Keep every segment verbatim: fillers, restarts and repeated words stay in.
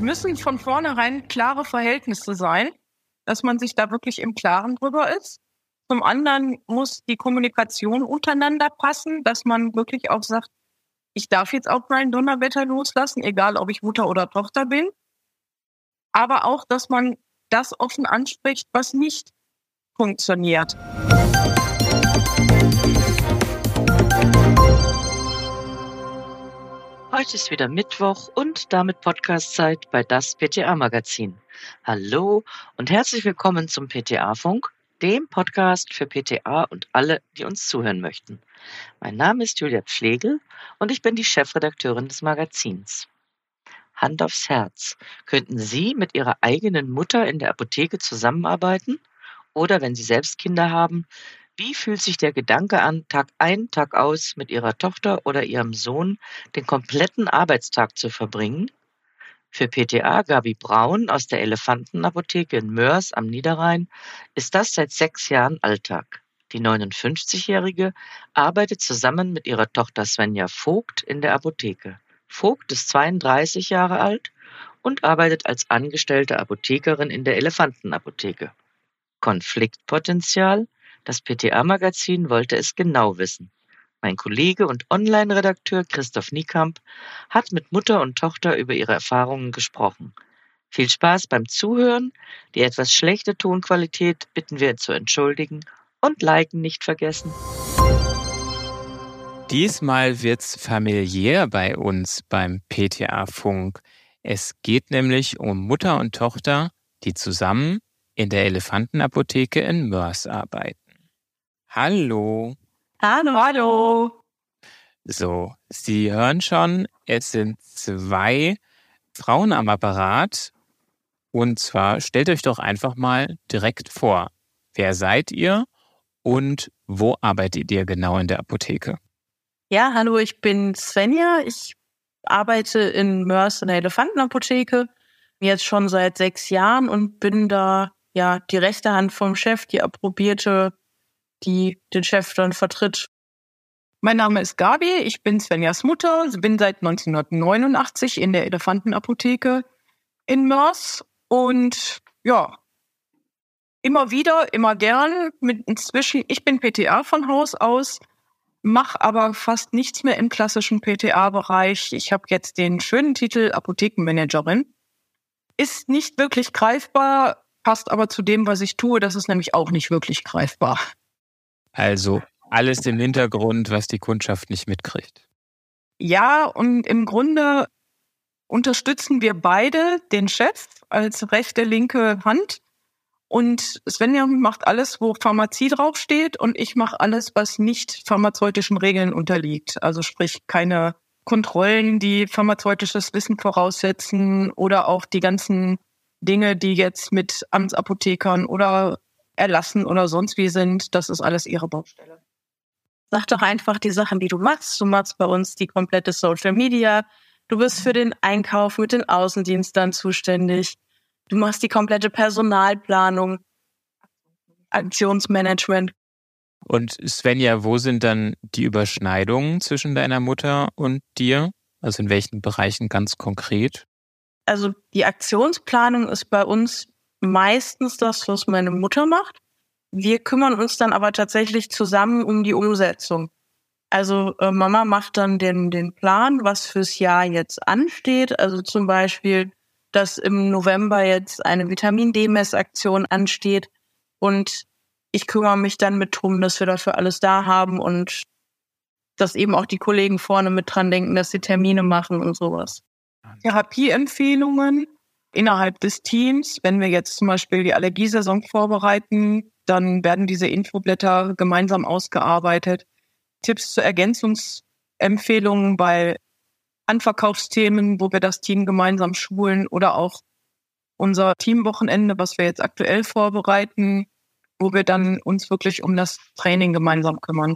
müssen von vornherein klare Verhältnisse sein, dass man sich da wirklich im Klaren drüber ist. Zum anderen muss die Kommunikation untereinander passen, dass man wirklich auch sagt, ich darf jetzt auch mein Donnerwetter loslassen, egal ob ich Mutter oder Tochter bin. Aber auch, dass man das offen anspricht, was nicht funktioniert. Heute ist wieder Mittwoch und damit Podcastzeit bei das P T A-Magazin. Hallo und herzlich willkommen zum P T A-Funk, dem Podcast für P T A und alle, die uns zuhören möchten. Mein Name ist Julia Pflegel und ich bin die Chefredakteurin des Magazins. Hand aufs Herz, könnten Sie mit Ihrer eigenen Mutter in der Apotheke zusammenarbeiten? Oder wenn Sie selbst Kinder haben, wie fühlt sich der Gedanke an, Tag ein, Tag aus mit Ihrer Tochter oder Ihrem Sohn den kompletten Arbeitstag zu verbringen? Für P T A Gabi Braun aus der Elefantenapotheke in Moers am Niederrhein ist das seit sechs Jahren Alltag. Die neunundfünfzigjährige arbeitet zusammen mit ihrer Tochter Svenja Vogt in der Apotheke. Vogt ist zweiunddreißig Jahre alt und arbeitet als angestellte Apothekerin in der Elefantenapotheke. Konfliktpotenzial? Das P T A-Magazin wollte es genau wissen. Mein Kollege und Online-Redakteur Christoph Niekamp hat mit Mutter und Tochter über ihre Erfahrungen gesprochen. Viel Spaß beim Zuhören. Die etwas schlechte Tonqualität bitten wir zu entschuldigen und Liken nicht vergessen. Diesmal wird's familiär bei uns beim P T A-Funk. Es geht nämlich um Mutter und Tochter, die zusammen in der Elefantenapotheke in Moers arbeiten. Hallo. Hallo, hallo. So, Sie hören schon, es sind zwei Frauen am Apparat. Und zwar stellt euch doch einfach mal direkt vor. Wer seid ihr und wo arbeitet ihr genau in der Apotheke? Ja, hallo, ich bin Svenja. Ich arbeite in Moers in der Elefantenapotheke, jetzt schon seit sechs Jahren und bin da ja die rechte Hand vom Chef, die Approbierte, die den Chef dann vertritt. Mein Name ist Gabi, ich bin Svenjas Mutter, bin seit neunzehnhundertneunundachtzig in der Elefantenapotheke in Moers und ja, immer wieder, immer gern. Mit inzwischen, ich bin P T A von Haus aus, mache aber fast nichts mehr im klassischen P T A-Bereich. Ich habe jetzt den schönen Titel Apothekenmanagerin. Ist nicht wirklich greifbar, passt aber zu dem, was ich tue. Das ist nämlich auch nicht wirklich greifbar. Also alles im Hintergrund, was die Kundschaft nicht mitkriegt. Ja, und im Grunde unterstützen wir beide den Chef als rechte, linke Hand. Und Svenja macht alles, wo Pharmazie draufsteht, und ich mache alles, was nicht pharmazeutischen Regeln unterliegt. Also sprich keine Kontrollen, die pharmazeutisches Wissen voraussetzen oder auch die ganzen Dinge, die jetzt mit Amtsapothekern oder Erlassen oder sonst wie sind. Das ist alles ihre Baustelle. Sag doch einfach die Sachen, die du machst. Du machst bei uns die komplette Social Media. Du bist für den Einkauf mit den Außendienstern zuständig. Du machst die komplette Personalplanung, Aktionsmanagement. Und Svenja, wo sind dann die Überschneidungen zwischen deiner Mutter und dir? Also in welchen Bereichen ganz konkret? Also die Aktionsplanung ist bei uns meistens das, was meine Mutter macht. Wir kümmern uns dann aber tatsächlich zusammen um die Umsetzung. Also äh, Mama macht dann den, den Plan, was fürs Jahr jetzt ansteht. Also zum Beispiel, dass im November jetzt eine Vitamin-D-Messaktion ansteht. Und ich kümmere mich dann mit drum, dass wir dafür alles da haben und dass eben auch die Kollegen vorne mit dran denken, dass sie Termine machen und sowas. Therapieempfehlungen innerhalb des Teams. Wenn wir jetzt zum Beispiel die Allergiesaison vorbereiten, dann werden diese Infoblätter gemeinsam ausgearbeitet. Tipps zu Ergänzungsempfehlungen bei Anverkaufsthemen, wo wir das Team gemeinsam schulen, oder auch unser Teamwochenende, was wir jetzt aktuell vorbereiten, wo wir dann uns wirklich um das Training gemeinsam kümmern.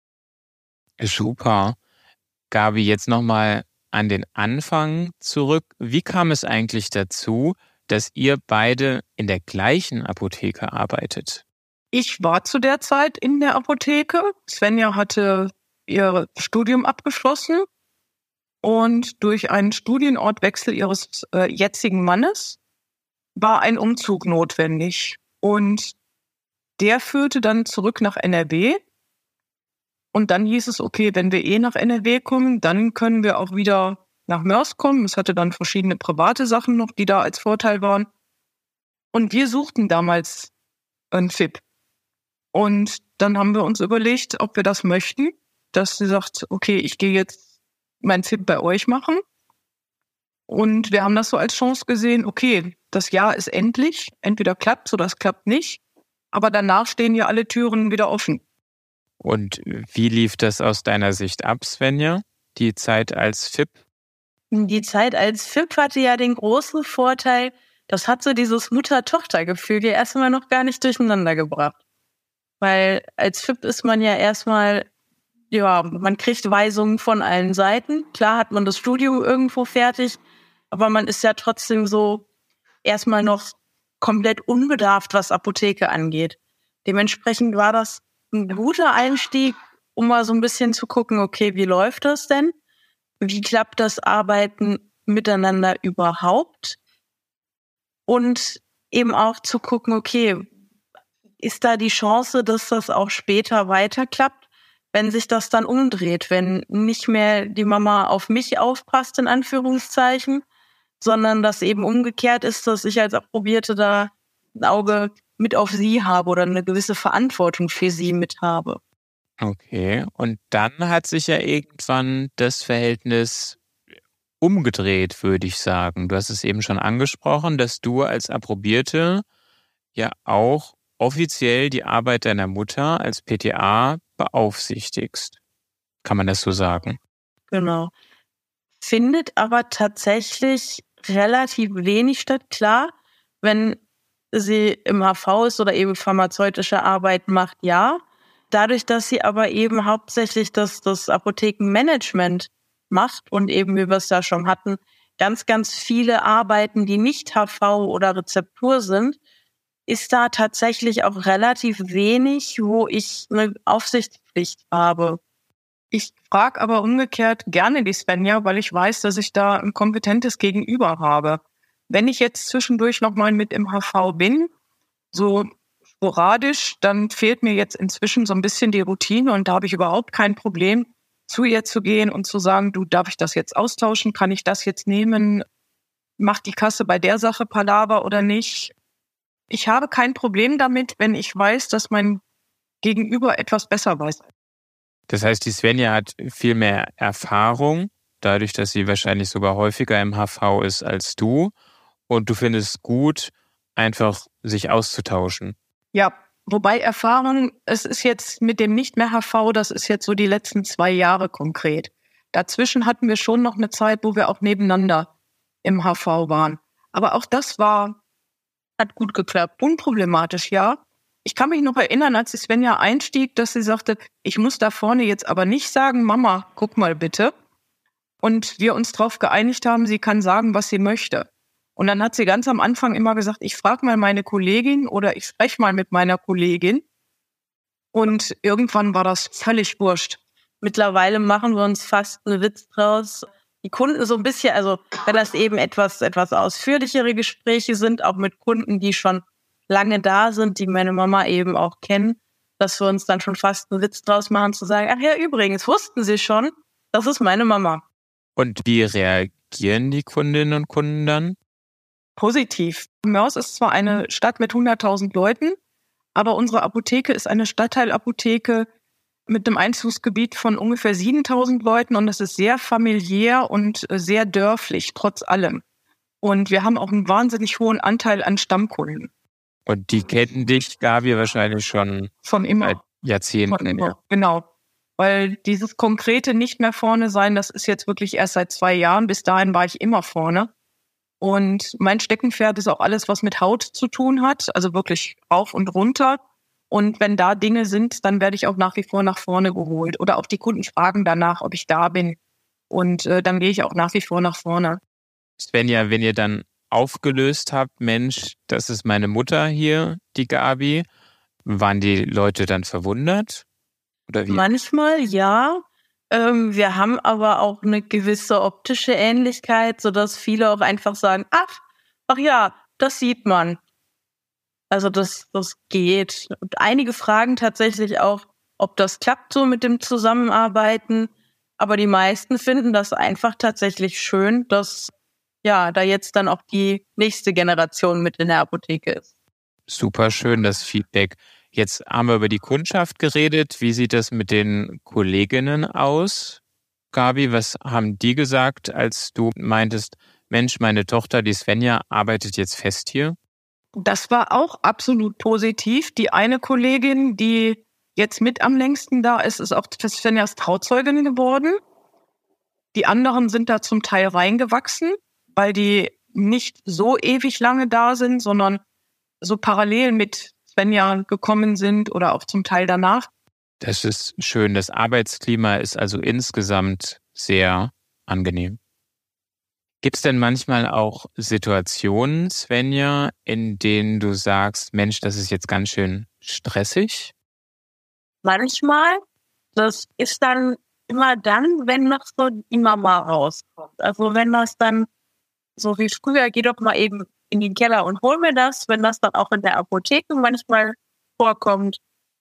Super. Gabi, jetzt nochmal an den Anfang zurück. Wie kam es eigentlich dazu, dass ihr beide in der gleichen Apotheke arbeitet? Ich war zu der Zeit in der Apotheke. Svenja hatte ihr Studium abgeschlossen Und durch einen Studienortwechsel ihres äh, jetzigen Mannes war ein Umzug notwendig. Und der führte dann zurück nach N R W. Und dann hieß es, okay, wenn wir eh nach N R W kommen, dann können wir auch wieder nach Mörs kommen. Es hatte dann verschiedene private Sachen noch, die da als Vorteil waren. Und wir suchten damals ein F I P. Und dann haben wir uns überlegt, ob wir das möchten, dass sie sagt, okay, ich gehe jetzt mein F I P bei euch machen. Und wir haben das so als Chance gesehen, okay, das Jahr ist endlich, entweder klappt oder es klappt nicht, aber danach stehen ja alle Türen wieder offen. Und wie lief das aus deiner Sicht ab, Svenja, die Zeit als F I P? Die Zeit als F I P hatte ja den großen Vorteil, das hat so dieses Mutter-Tochter-Gefühl ja erstmal noch gar nicht durcheinander gebracht. Weil als F I P ist man ja erstmal, ja, man kriegt Weisungen von allen Seiten. Klar hat man das Studium irgendwo fertig, aber man ist ja trotzdem so erstmal noch komplett unbedarft, was Apotheke angeht. Dementsprechend war das ein guter Einstieg, um mal so ein bisschen zu gucken, okay, wie läuft das denn? Wie klappt das Arbeiten miteinander überhaupt? Und eben auch zu gucken, okay, ist da die Chance, dass das auch später weiterklappt, wenn sich das dann umdreht, wenn nicht mehr die Mama auf mich aufpasst, in Anführungszeichen, sondern dass eben umgekehrt ist, dass ich als Approbierte da ein Auge mit auf sie habe oder eine gewisse Verantwortung für sie mit habe. Okay, und dann hat sich ja irgendwann das Verhältnis umgedreht, würde ich sagen. Du hast es eben schon angesprochen, dass du als Approbierte ja auch offiziell die Arbeit deiner Mutter als P T A beaufsichtigst. Kann man das so sagen? Genau. Findet aber tatsächlich relativ wenig statt. Klar, wenn sie im H V ist oder eben pharmazeutische Arbeit macht, ja. Dadurch, dass sie aber eben hauptsächlich das, das Apothekenmanagement macht und eben, wie wir es da schon hatten, ganz, ganz viele Arbeiten, die nicht H V oder Rezeptur sind, ist da tatsächlich auch relativ wenig, wo ich eine Aufsichtspflicht habe. Ich frage aber umgekehrt gerne die Svenja, weil ich weiß, dass ich da ein kompetentes Gegenüber habe. Wenn ich jetzt zwischendurch nochmal mit im H V bin, so sporadisch, dann fehlt mir jetzt inzwischen so ein bisschen die Routine und da habe ich überhaupt kein Problem, zu ihr zu gehen und zu sagen, du, darf ich das jetzt austauschen? Kann ich das jetzt nehmen? Macht die Kasse bei der Sache Palaver oder nicht? Ich habe kein Problem damit, wenn ich weiß, dass mein Gegenüber etwas besser weiß. Das heißt, die Svenja hat viel mehr Erfahrung, dadurch, dass sie wahrscheinlich sogar häufiger im H V ist als du. Und du findest es gut, einfach sich auszutauschen. Ja, wobei Erfahrung, es ist jetzt mit dem nicht mehr H V, das ist jetzt so die letzten zwei Jahre konkret. Dazwischen hatten wir schon noch eine Zeit, wo wir auch nebeneinander im H V waren. Aber auch das war, hat gut geklappt, unproblematisch, ja. Ich kann mich noch erinnern, als die Svenja einstieg, dass sie sagte, ich muss da vorne jetzt aber nicht sagen, Mama, guck mal bitte. Und wir uns darauf geeinigt haben, sie kann sagen, was sie möchte. Und dann hat sie ganz am Anfang immer gesagt, ich frage mal meine Kollegin oder ich spreche mal mit meiner Kollegin. Und irgendwann war das völlig wurscht. Mittlerweile machen wir uns fast einen Witz draus. Die Kunden so ein bisschen, also wenn das eben etwas, etwas ausführlichere Gespräche sind, auch mit Kunden, die schon lange da sind, die meine Mama eben auch kennen, dass wir uns dann schon fast einen Witz draus machen, zu sagen, ach ja, übrigens, wussten Sie schon, das ist meine Mama. Und wie reagieren die Kundinnen und Kunden dann? Positiv. Mörs ist zwar eine Stadt mit hunderttausend Leuten, aber unsere Apotheke ist eine Stadtteilapotheke mit einem Einzugsgebiet von ungefähr siebentausend Leuten und es ist sehr familiär und sehr dörflich, trotz allem. Und wir haben auch einen wahnsinnig hohen Anteil an Stammkunden. Und die kennen dich, Gabi, wahrscheinlich schon von immer. seit Jahrzehnten. Von immer. Ja. Genau. Weil dieses konkrete nicht mehr vorne sein, das ist jetzt wirklich erst seit zwei Jahren. Bis dahin war ich immer vorne. Und mein Steckenpferd ist auch alles, was mit Haut zu tun hat. Also wirklich rauf und runter. Und wenn da Dinge sind, dann werde ich auch nach wie vor nach vorne geholt. Oder auch die Kunden fragen danach, ob ich da bin. Und äh, dann gehe ich auch nach wie vor nach vorne. Svenja, wenn ihr dann aufgelöst habt, Mensch, das ist meine Mutter hier, die Gabi, waren die Leute dann verwundert? Oder wie? Manchmal ja. Ähm, wir haben aber auch eine gewisse optische Ähnlichkeit, sodass viele auch einfach sagen, ach, ach ja, das sieht man. Also das, das geht. Und einige fragen tatsächlich auch, ob das klappt so mit dem Zusammenarbeiten. Aber die meisten finden das einfach tatsächlich schön, dass ja da jetzt dann auch die nächste Generation mit in der Apotheke ist. Super schön, das Feedback. Jetzt haben wir über die Kundschaft geredet. Wie sieht das mit den Kolleginnen aus? Gabi, was haben die gesagt, als du meintest, Mensch, meine Tochter, die Svenja, arbeitet jetzt fest hier? Das war auch absolut positiv. Die eine Kollegin, die jetzt mit am längsten da ist, ist auch Svenjas Trauzeugin geworden. Die anderen sind da zum Teil reingewachsen, weil die nicht so ewig lange da sind, sondern so parallel mit Svenja gekommen sind oder auch zum Teil danach. Das ist schön. Das Arbeitsklima ist also insgesamt sehr angenehm. Gibt es denn manchmal auch Situationen, Svenja, in denen du sagst, Mensch, das ist jetzt ganz schön stressig? Manchmal, das ist dann immer dann, wenn noch so die Mama rauskommt. Also wenn das dann so wie früher, geh doch mal eben in den Keller und hol mir das, wenn das dann auch in der Apotheke manchmal vorkommt,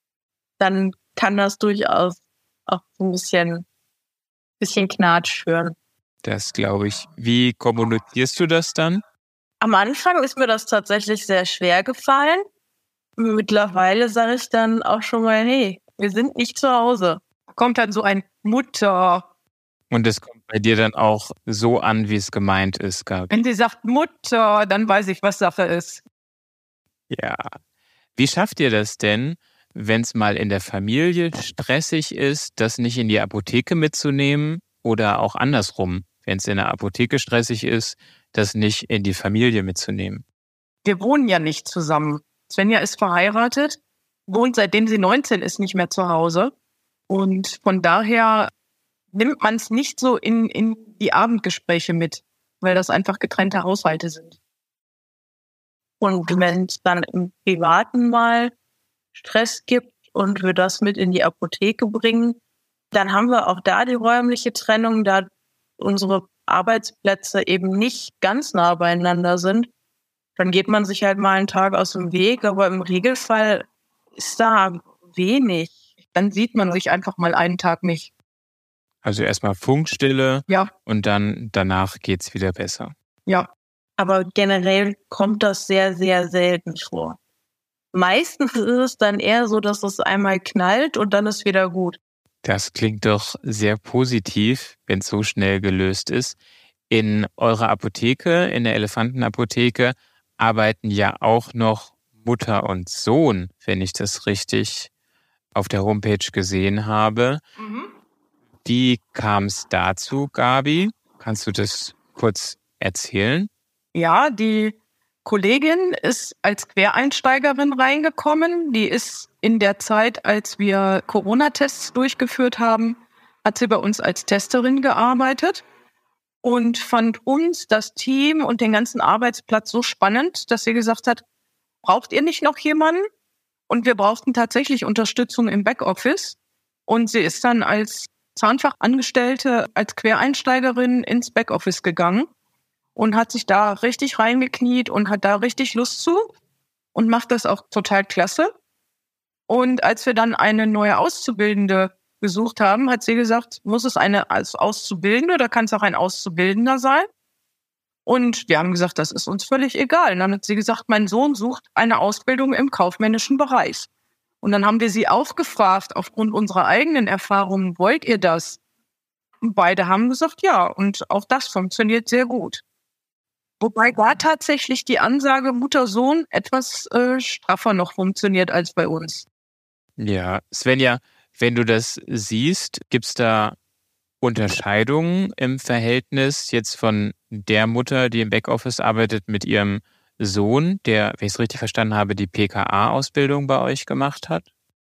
dann kann das durchaus auch so ein bisschen, bisschen Knatsch hören. Das glaube ich. Wie kommunizierst du das dann? Am Anfang ist mir das tatsächlich sehr schwer gefallen. Mittlerweile sage ich dann auch schon mal, hey, wir sind nicht zu Hause. Kommt dann so ein Mutter. Und es kommt bei dir dann auch so an, wie es gemeint ist, Gabi. Wenn sie sagt Mutter, dann weiß ich, was Sache ist. Ja. Wie schafft ihr das denn, wenn es mal in der Familie stressig ist, das nicht in die Apotheke mitzunehmen oder auch andersrum, wenn es in der Apotheke stressig ist, das nicht in die Familie mitzunehmen? Wir wohnen ja nicht zusammen. Svenja ist verheiratet, wohnt seitdem sie neunzehn ist nicht mehr zu Hause. Und von daher nimmt man es nicht so in, in die Abendgespräche mit, weil das einfach getrennte Haushalte sind. Und wenn es dann im Privaten mal Stress gibt und wir das mit in die Apotheke bringen, dann haben wir auch da die räumliche Trennung, da unsere Arbeitsplätze eben nicht ganz nah beieinander sind. Dann geht man sich halt mal einen Tag aus dem Weg, aber im Regelfall ist da wenig. Dann sieht man sich einfach mal einen Tag nicht. Also erstmal Funkstille, ja, und dann danach geht's wieder besser. Ja. Aber generell kommt das sehr, sehr selten vor. Meistens ist es dann eher so, dass es einmal knallt und dann ist wieder gut. Das klingt doch sehr positiv, wenn es so schnell gelöst ist. In eurer Apotheke, in der Elefantenapotheke, arbeiten ja auch noch Mutter und Sohn, wenn ich das richtig auf der Homepage gesehen habe. Mhm. Wie kam es dazu, Gabi? Kannst du das kurz erzählen? Ja, die Kollegin ist als Quereinsteigerin reingekommen. Die ist in der Zeit, als wir Corona-Tests durchgeführt haben, hat sie bei uns als Testerin gearbeitet und fand uns, das Team und den ganzen Arbeitsplatz so spannend, dass sie gesagt hat, braucht ihr nicht noch jemanden? Und wir brauchten tatsächlich Unterstützung im Backoffice. Und sie ist dann als Zahnfachangestellte, als Quereinsteigerin ins Backoffice gegangen und hat sich da richtig reingekniet und hat da richtig Lust zu und macht das auch total klasse. Und als wir dann eine neue Auszubildende gesucht haben, hat sie gesagt, muss es eine als Auszubildende oder kann es auch ein Auszubildender sein? Und wir haben gesagt, das ist uns völlig egal. Und dann hat sie gesagt, mein Sohn sucht eine Ausbildung im kaufmännischen Bereich. Und dann haben wir sie auch gefragt, aufgrund unserer eigenen Erfahrungen, wollt ihr das? Und beide haben gesagt, ja. Und auch das funktioniert sehr gut. Wobei da tatsächlich die Ansage Mutter-Sohn etwas äh, straffer noch funktioniert als bei uns. Ja, Svenja, wenn du das siehst, gibt's da Unterscheidungen im Verhältnis jetzt von der Mutter, die im Backoffice arbeitet, mit ihrem Sohn, der, wenn ich es richtig verstanden habe, die P K A-Ausbildung bei euch gemacht hat?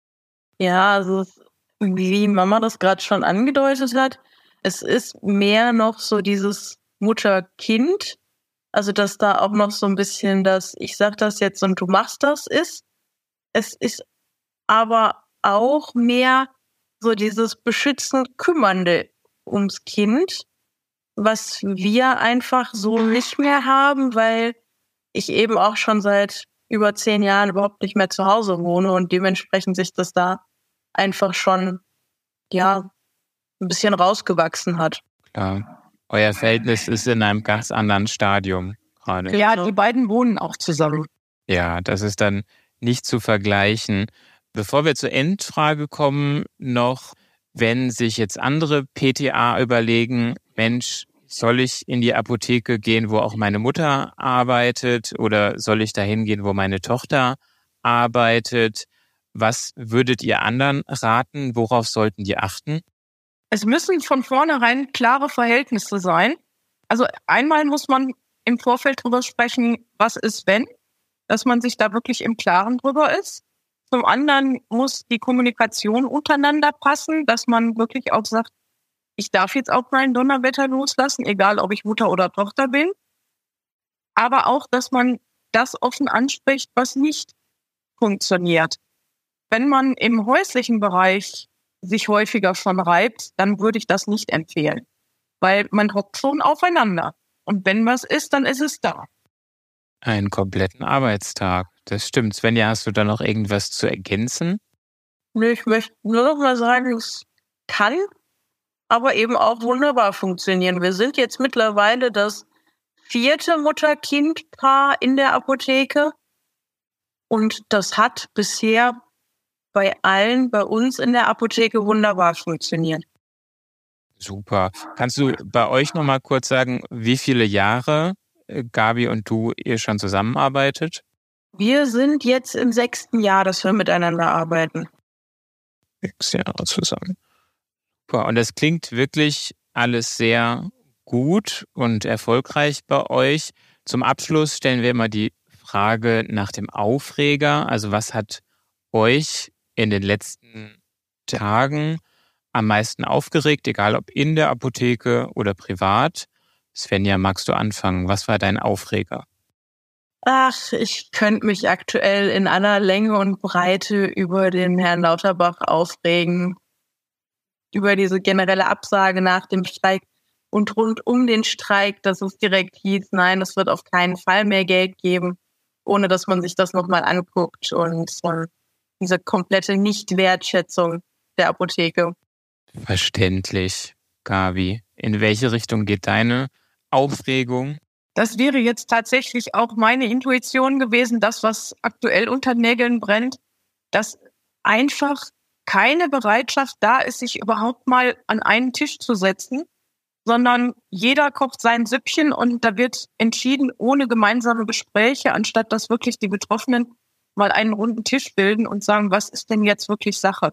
Ja, also wie Mama das gerade schon angedeutet hat, es ist mehr noch so dieses Mutter-Kind, also dass da auch noch so ein bisschen das, ich sag das jetzt und du machst das ist. Es ist aber auch mehr, so dieses beschützend Kümmernde ums Kind, was wir einfach so nicht mehr haben, weil ich eben auch schon seit über zehn Jahren überhaupt nicht mehr zu Hause wohne und dementsprechend sich das da einfach schon, ja, ein bisschen rausgewachsen hat. Klar. Euer Verhältnis ist in einem ganz anderen Stadium gerade. Ja, die beiden wohnen auch zusammen. Ja, das ist dann nicht zu vergleichen. Bevor wir zur Endfrage kommen, noch, wenn sich jetzt andere P T A überlegen, Mensch, soll ich in die Apotheke gehen, wo auch meine Mutter arbeitet, oder soll ich dahin gehen, wo meine Tochter arbeitet? Was würdet ihr anderen raten? Worauf sollten die achten? Es müssen von vornherein klare Verhältnisse sein. Also einmal muss man im Vorfeld drüber sprechen, was ist wenn, dass man sich da wirklich im Klaren drüber ist. Zum anderen muss die Kommunikation untereinander passen, dass man wirklich auch sagt, ich darf jetzt auch meinen Donnerwetter loslassen, egal ob ich Mutter oder Tochter bin. Aber auch, dass man das offen anspricht, was nicht funktioniert. Wenn man im häuslichen Bereich sich häufiger schon reibt, dann würde ich das nicht empfehlen. Weil man hockt schon aufeinander. Und wenn was ist, dann ist es da. Einen kompletten Arbeitstag. Das stimmt. Svenja, hast du da noch irgendwas zu ergänzen? Nee, ich möchte nur noch mal sagen, es kann aber eben auch wunderbar funktionieren. Wir sind jetzt mittlerweile das vierte Mutter-Kind-Paar in der Apotheke und das hat bisher bei allen bei uns in der Apotheke wunderbar funktioniert. Super. Kannst du bei euch noch mal kurz sagen, wie viele Jahre Gabi und du ihr schon zusammenarbeitet? Wir sind jetzt im sechsten Jahr, dass wir miteinander arbeiten. Sechs Jahre zusammen. Super. Und das klingt wirklich alles sehr gut und erfolgreich bei euch. Zum Abschluss stellen wir immer die Frage nach dem Aufreger. Also was hat euch in den letzten Tagen am meisten aufgeregt, egal ob in der Apotheke oder privat? Svenja, magst du anfangen? Was war dein Aufreger? Ach, ich könnte mich aktuell in aller Länge und Breite über den Herrn Lauterbach aufregen, über diese generelle Absage nach dem Streik und rund um den Streik, dass es direkt hieß, nein, es wird auf keinen Fall mehr Geld geben, ohne dass man sich das nochmal anguckt und äh, diese komplette Nichtwertschätzung der Apotheke. Verständlich, Gabi. In welche Richtung geht deine Aufregung? Das wäre jetzt tatsächlich auch meine Intuition gewesen, das, was aktuell unter Nägeln brennt, dass einfach keine Bereitschaft da ist, sich überhaupt mal an einen Tisch zu setzen, sondern jeder kocht sein Süppchen und da wird entschieden ohne gemeinsame Gespräche, anstatt dass wirklich die Betroffenen mal einen runden Tisch bilden und sagen, was ist denn jetzt wirklich Sache?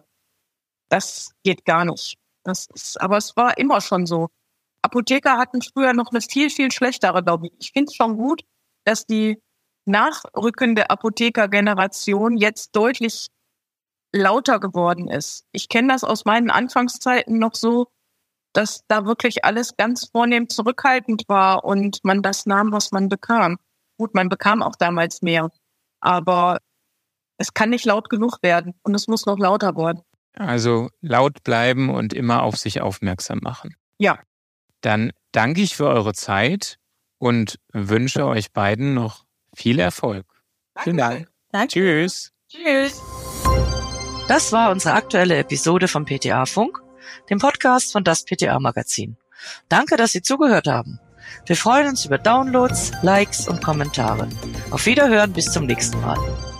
Das geht gar nicht. Das ist, aber es war immer schon so. Apotheker hatten früher noch eine viel, viel schlechtere Lobby. Ich finde es schon gut, dass die nachrückende Apothekergeneration jetzt deutlich lauter geworden ist. Ich kenne das aus meinen Anfangszeiten noch so, dass da wirklich alles ganz vornehm zurückhaltend war und man das nahm, was man bekam. Gut, man bekam auch damals mehr, aber es kann nicht laut genug werden und es muss noch lauter werden. Also laut bleiben und immer auf sich aufmerksam machen. Ja. Dann danke ich für eure Zeit und wünsche euch beiden noch viel Erfolg. Vielen Dank. Danke. Tschüss. Tschüss. Das war unsere aktuelle Episode vom P T A-Funk, dem Podcast von das P T A-Magazin. Danke, dass Sie zugehört haben. Wir freuen uns über Downloads, Likes und Kommentare. Auf Wiederhören, bis zum nächsten Mal.